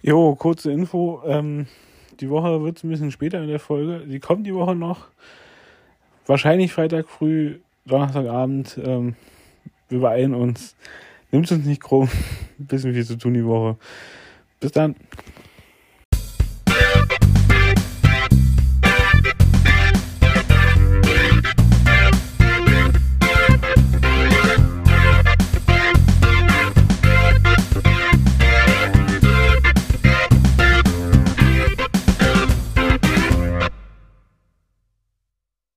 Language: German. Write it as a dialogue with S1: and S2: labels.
S1: Jo, kurze Info. Die Woche wird es ein bisschen später in der Folge. Die kommt die Woche noch. Wahrscheinlich Freitag früh, Donnerstagabend. Wir beeilen uns. Nimmt uns nicht krumm. Ein bisschen viel zu tun die Woche. Bis dann.